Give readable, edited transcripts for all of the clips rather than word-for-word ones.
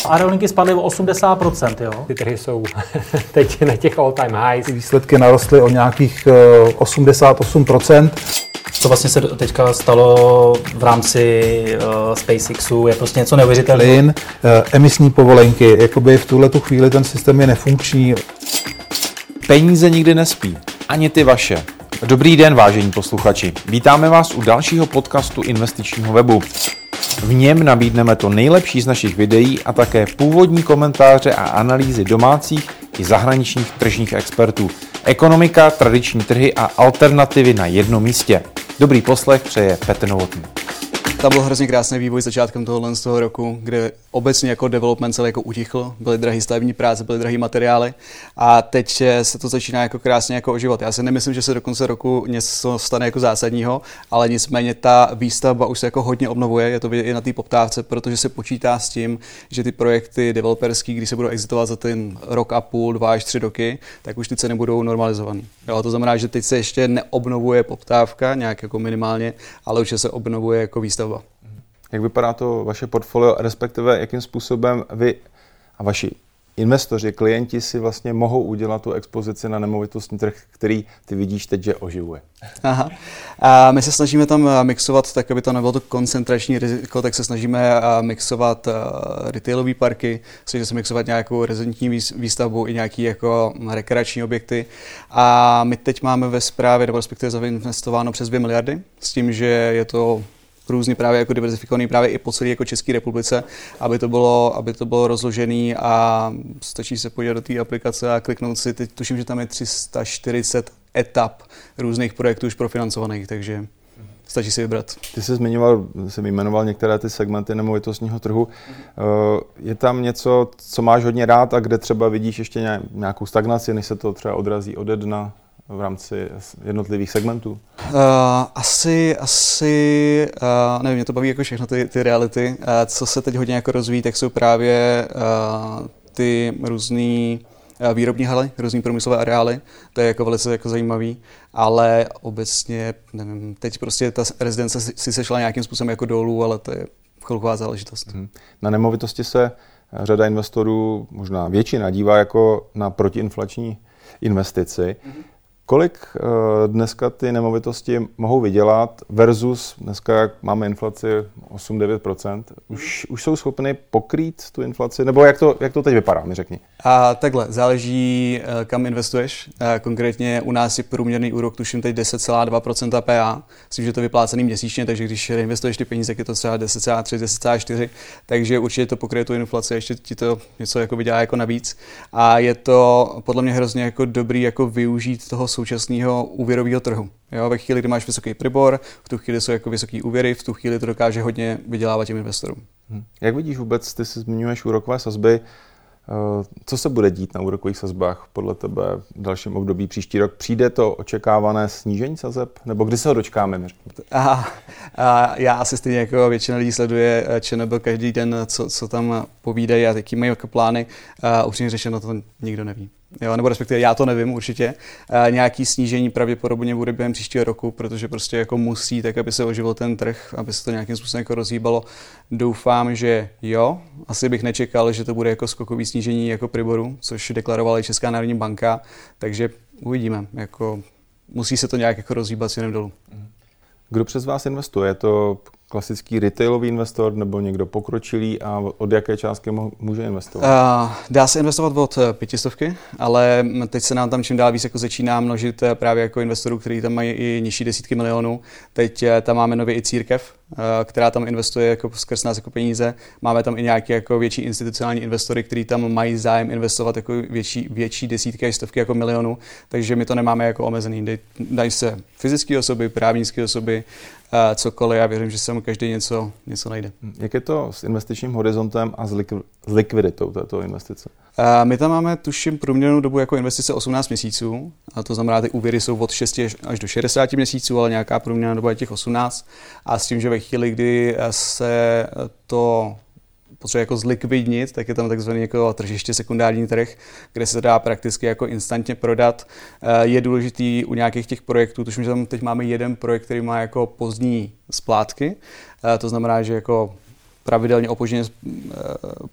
Aerolinky spadly o 80%, jo? Ty trhy jsou teď na těch all-time highs. Výsledky narostly o nějakých 88%. Co vlastně se teďka stalo v rámci SpaceXu, je prostě něco neuvěřitelného. Plyn, emisní povolenky, jakoby v tuhletu chvíli ten systém je nefunkční. Peníze nikdy nespí, ani ty vaše. Dobrý den, vážení posluchači. Vítáme vás u dalšího podcastu investičního webu. V něm nabídneme to nejlepší z našich videí a také původní komentáře a analýzy domácích i zahraničních tržních expertů. Ekonomika, tradiční trhy a alternativy na jednom místě. Dobrý poslech přeje Petr Novotný. Tam byl hrozně krásný vývoj začátkem tohohle z toho roku, kde obecně jako development celý jako utichl, byly drahé stavební práce, byly drahé materiály a teď se to začíná jako krásně jako oživovat. Já si nemyslím, že se do konce roku něco stane jako zásadního, ale nicméně ta výstavba už se jako hodně obnovuje, je to vidět i na té poptávce, protože se počítá s tím, že ty projekty developerský, když se budou exitovat za ten rok a půl, 2 až 3 roky, tak už ty ceny budou normalizované. To znamená, že teď se ještě neobnovuje poptávka nějak jako minimálně, ale už se obnovuje jako výstavba. Jak vypadá to vaše portfolio, respektive jakým způsobem vy a vaši investoři, klienti si vlastně mohou udělat tu expozici na nemovitostní trh, který ty vidíš teď, že oživuje? Aha. A my se snažíme tam mixovat tak, aby to nebylo to koncentrační riziko, tak se snažíme mixovat retailové parky, snažíme se mixovat nějakou rezidentní výstavbu i nějaký jako rekreační objekty. A my teď máme ve správě, nebo respektive zainvestováno přes 2 miliardy, s tím, že je to různě právě jako diverzifikovaný právě i po celé jako České republice, aby to bylo rozložené a stačí se podívat do té aplikace a kliknout si, teď tuším, že tam je 340 etap různých projektů už profinancovaných, takže stačí si vybrat. Ty jsi jmenoval některé ty segmenty nemovitostního trhu. Je tam něco, co máš hodně rád a kde třeba vidíš ještě nějakou stagnaci, než se to třeba odrazí ode dna v rámci jednotlivých segmentů? Asi nevím, mě to baví jako všechno ty reality. Co se teď hodně jako rozvíjí, tak jsou právě ty různý výrobní haly, různý průmyslové areály. To je jako velice jako zajímavý, ale obecně, nevím, teď prostě ta rezidence si sešla nějakým způsobem jako dolů, ale to je chvilková záležitost. Na nemovitosti se řada investorů, možná většina, dívá jako na protiinflační investici. Kolik dneska ty nemovitosti mohou vydělat versus dneska, jak máme inflaci 8-9%, už jsou schopny pokrýt tu inflaci? Nebo jak to teď vypadá, mi řekni. Takhle, záleží, kam investuješ. Konkrétně u nás je průměrný úrok, tuším teď 10,2% PA. Myslím, že to je vyplácený měsíčně, takže když reinvestuješ ty peníze, je to třeba 10,3, 10,4, takže určitě to pokryje tu inflaci, ještě ti to něco jako vydělá jako navíc. A je to podle mě hrozně jako dobrý jako využít toho současného úvěrového trhu. Jo, ve chvíli, kdy máš vysoký pribor, v tu chvíli jsou jako vysoký úvěry, v tu chvíli to dokáže hodně vydělávat těm investorům. Jak vidíš vůbec, ty si zmiňuješ úrokové sazby, co se bude dít na úrokových sazbách podle tebe v dalším období příští rok? Přijde to očekávané snížení sazeb? Nebo kdy se ho dočkáme? Já asi stejně jako většina lidí sleduje ČNB každý den, co tam povídají a jaký mají jako plány. Upřímně řečeno to nikdo neví. Jo, nebo respektive já to nevím určitě. Nějaký snížení pravděpodobně bude během příštího roku, protože prostě jako musí, tak aby se oživil ten trh, aby se to nějakým způsobem jako rozhýbalo. Doufám, že jo. Asi bych nečekal, že to bude jako skokový snížení jako Priboru, což deklarovala i Česká národní banka, takže uvidíme. Jako musí se to nějak jako rozhýbat směrem dolů. Kdo přes vás investuje? Je to klasický retailový investor nebo někdo pokročilý a od jaké částky může investovat? Dá se investovat od 500, ale teď se nám tam čím dál víc jako začíná množit právě jako investorů, kteří tam mají i nižší desítky milionů. Teď tam máme nově i církev, která tam investuje jako skrz nás jako peníze. Máme tam i nějaké jako větší institucionální investory, kteří tam mají zájem investovat jako větší desítky až stovky jako milionů, takže my to nemáme jako omezený. Dají se fyzické osoby, právnické osoby, cokoliv. Já věřím, že se mu každý něco najde. Jak je to s investičním horizontem a s likviditou této investice? My tam máme, tuším, průměrnou dobu jako investice 18 měsíců, a to znamená, ty úvěry jsou od 6 až do 60 měsíců, ale nějaká průměrná doba je těch 18. A s tím, že ve chvíli, kdy se to potřebuje jako zlikvidnit, tak je tam takzvaný jako tržiště, sekundární trh, kde se dá prakticky jako instantně prodat. Je důležitý u nějakých těch projektů, tuším, že tam teď máme jeden projekt, který má jako pozdní splátky, to znamená, že jako pravidelně opožděně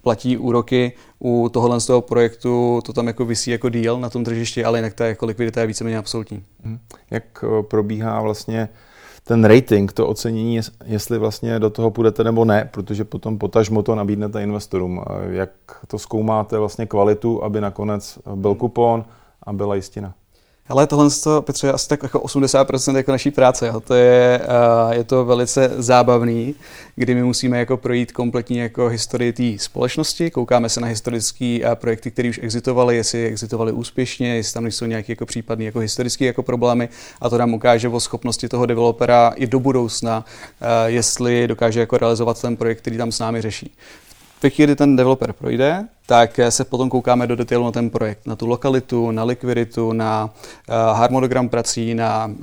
platí úroky, u tohohle z toho projektu to tam jako visí jako deal na tom tržišti, ale jinak ta jako likvidita je víceméně absolutní. Jak probíhá vlastně ten rating, to ocenění, jestli vlastně do toho půjdete nebo ne, protože potom potažmo to nabídnete investorům. Jak to zkoumáte vlastně kvalitu, aby nakonec byl kupon a byla jistina? Ale tohle Petře, je asi tak jako 80% jako naší práce. Jo. Je to velice zábavný, kdy my musíme jako projít kompletní jako historii té společnosti, koukáme se na historické projekty, které už existovaly, jestli existovaly úspěšně, jestli tam jsou nějaké jako případné jako historické jako problémy, a to nám ukáže o schopnosti toho developera i do budoucna, jestli dokáže jako realizovat ten projekt, který tam s námi řeší. V chvíli, kdy ten developer projde, tak se potom koukáme do detailu na ten projekt, na tu lokalitu, na likviditu, na harmonogram prací,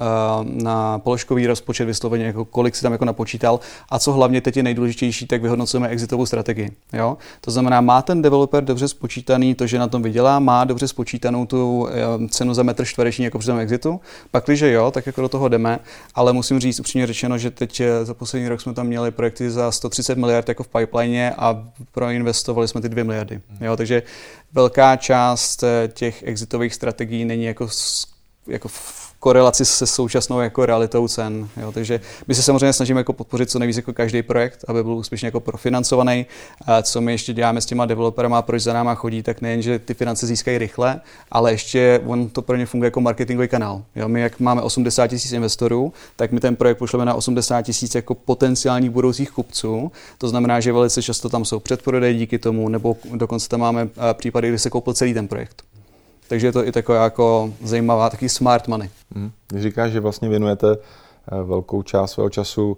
na položkový rozpočet vysloveně, jako kolik si tam jako napočítal, a co hlavně teď je nejdůležitější, tak vyhodnocujeme exitovou strategii. Jo? To znamená, má ten developer dobře spočítaný to, že na tom vydělá, má dobře spočítanou tu cenu za metr čtvereční jako při tom exitu, pak když jo, tak jako do toho jdeme, ale musím říct upřímně řečeno, že teď za poslední rok jsme tam měli projekty za 130 miliard jako v pipeline a proinvestovali jsme ty 2 miliardy. Jo, takže velká část těch exitových strategií není jako v korelaci se současnou jako realitou cen. Jo, takže my se samozřejmě snažíme jako podpořit co nejvíc jako každý projekt, aby byl úspěšně jako profinancovaný. A co my ještě děláme s těma developerama, proč za náma chodí, tak nejen, že ty finance získají rychle, ale ještě on to pro ně funguje jako marketingový kanál. Jo, my jak máme 80 000 investorů, tak my ten projekt pošleme na 80 000 jako potenciálních budoucích kupců. To znamená, že velice často tam jsou předprodej díky tomu, nebo dokonce tam máme případy, kdy se koupil celý ten projekt. Takže je to i taková jako zajímavá, taky smart money. Když říkáš, že vlastně věnujete velkou část svého času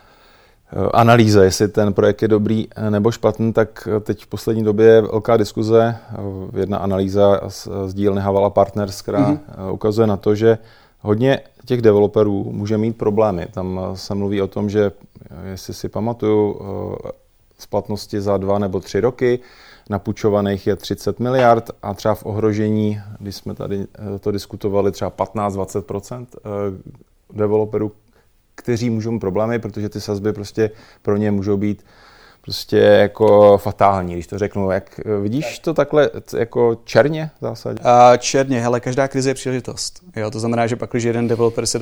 analýze, jestli ten projekt je dobrý nebo špatný, tak teď v poslední době je velká diskuze, jedna analýza z dílny Havala Partners, která ukazuje na to, že hodně těch developerů může mít problémy. Tam se mluví o tom, že jestli si pamatuju, splatnosti za 2 nebo 3 roky, napůjčovaných je 30 miliard a třeba v ohrožení, když jsme tady to diskutovali, třeba 15-20% developerů, kteří můžou mít problémy, protože ty sazby prostě pro ně můžou být prostě jako fatální, když to řeknu. Jak vidíš to takhle jako černě v zásadě? Černě, hele, každá krize je příležitost. Jo, to znamená, že pak, když jeden developer se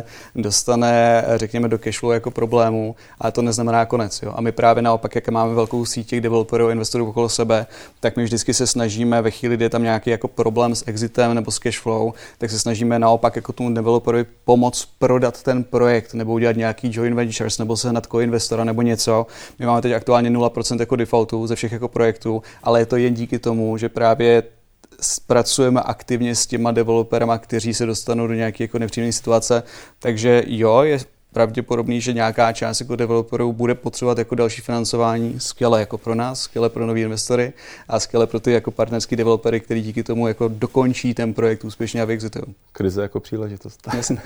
dostane, řekněme, do cashflow jako problému, ale to neznamená konec. Jo. A my právě naopak, jak máme velkou síť těch developerů a investorů okolo sebe, tak my vždycky se snažíme ve chvíli, kdy je tam nějaký jako problém s exitem nebo s cashflow, tak se snažíme naopak jako tomu developerovi pomoct prodat ten projekt nebo udělat nějaký joint ventures nebo sehnat co-investora nebo něco. My máme teď aktuálně 0% jako defaultů ze všech jako projektů, ale je to jen díky tomu, že právě pracujeme aktivně s těma developerama, kteří se dostanou do nějaké jako nepříjemné situace. Takže jo, je pravděpodobný, že nějaká část jako developerů bude potřebovat jako další financování, skvěle jako pro nás, skvěle pro nový investory a skvěle pro ty jako partnerský developery, kteří díky tomu jako dokončí ten projekt úspěšně a vyexitují. Krize jako příležitost.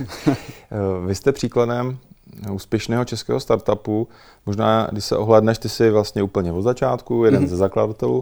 Vy jste příkladem úspěšného českého startupu. Možná, když se ohlédneš, ty jsi vlastně úplně od začátku, jeden ze zakladatelů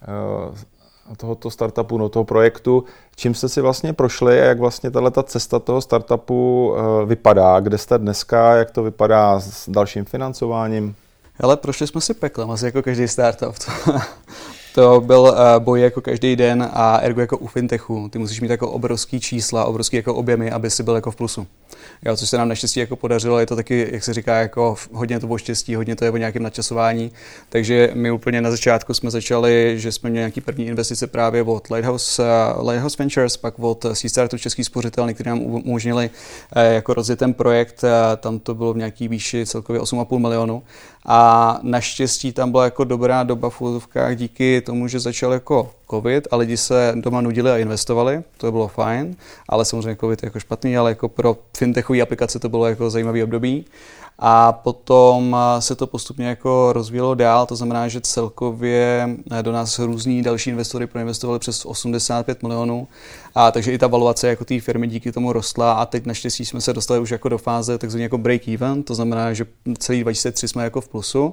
tohoto startupu, no toho projektu. Čím jste si vlastně prošli a jak vlastně tato cesta toho startupu vypadá? Kde jste dneska? Jak to vypadá s dalším financováním? Hele, prošli jsme si peklem, asi jako každý startup. To byl boj jako každý den a ergo jako u fintechu. Ty musíš mít jako obrovský čísla, obrovský jako objemy, aby si byl jako v plusu. Jo, což se nám naštěstí jako podařilo, je to taky, jak se říká, jako hodně to o štěstí, hodně to je o nějakém nadčasování. Takže my úplně na začátku jsme začali, že jsme měli nějaký první investice právě od Lighthouse Ventures, pak od C-Startu Český spořitelny, který nám umožnili jako rozjet ten projekt. Tam to bylo v nějaký výši celkově 8,5 milionu. A naštěstí tam byla jako dobrá doba v úvodovkách díky tomu, že začal jako covid a lidi se doma nudili a investovali, to bylo fajn, ale samozřejmě covid je jako špatný, ale jako pro fintechové aplikace to bylo jako zajímavý období. A potom se to postupně jako rozvíjelo dál, to znamená, že celkově do nás různí další investory proinvestovali přes 85 milionů. A takže i ta valuace jako té firmy díky tomu rostla a teď naštěstí jsme se dostali už jako do fáze takzvaně jako break even, to znamená, že celý 2003 jsme jako v plusu,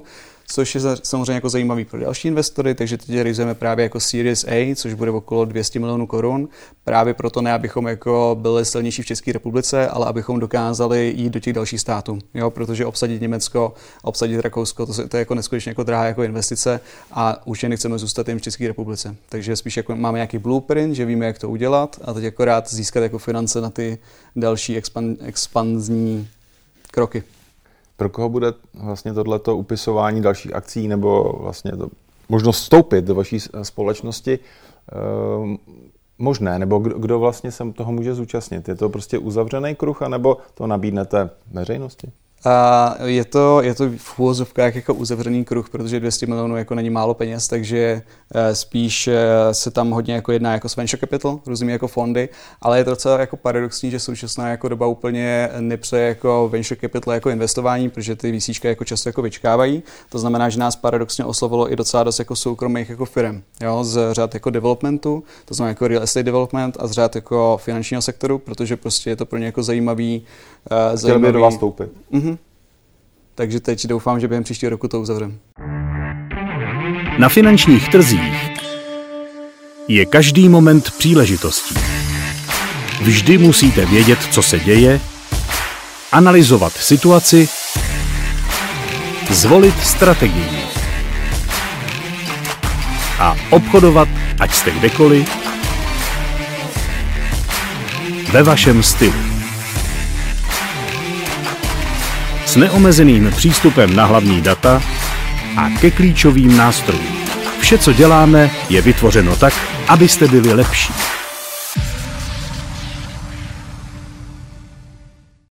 což je samozřejmě jako zajímavý pro další investory, takže teď realizujeme právě jako Series A, což bude okolo 200 milionů korun. Právě proto ne, abychom jako byli silnější v České republice, ale abychom dokázali jít do těch dalších států. Jo, protože obsadit Německo, obsadit Rakousko, to je jako neskutečně jako drahá jako investice a už nechceme zůstat jen v České republice. Takže spíš jako máme nějaký blueprint, že víme, jak to udělat a teď akorát získat jako finance na ty další expanzní kroky. Pro koho bude vlastně tohleto upisování dalších akcí nebo vlastně to možnost vstoupit do vaší společnosti možné, nebo kdo vlastně se toho může zúčastnit? Je to prostě uzavřený kruh, anebo to nabídnete veřejnosti? Je to v úvozovkách jako uzavřený kruh, protože 200 milionů jako není málo peněz, takže spíš se tam hodně jako jedná jako s venture capital, různými jako fondy, ale je to docela jako paradoxní, že současná jako doba úplně nepřeje jako venture capital jako investování, protože ty VCčka jako často jako vyčkávají. To znamená, že nás paradoxně oslovilo i docela dost jako soukromých jako firm, jo, z řad jako developmentu, to znamená jako real estate development a z řad jako finančního sektoru, protože prostě je to pro ně jako zajímavý. Chtěl by do vás vstoupit. Takže teď doufám, že během příštího roku to uzavřeme. Na finančních trzích je každý moment příležitostí. Vždy musíte vědět, co se děje, analyzovat situaci, zvolit strategii a obchodovat, ať jste kdekoliv, ve vašem stylu. S neomezeným přístupem na hlavní data a ke klíčovým nástrojům. Vše, co děláme, je vytvořeno tak, abyste byli lepší.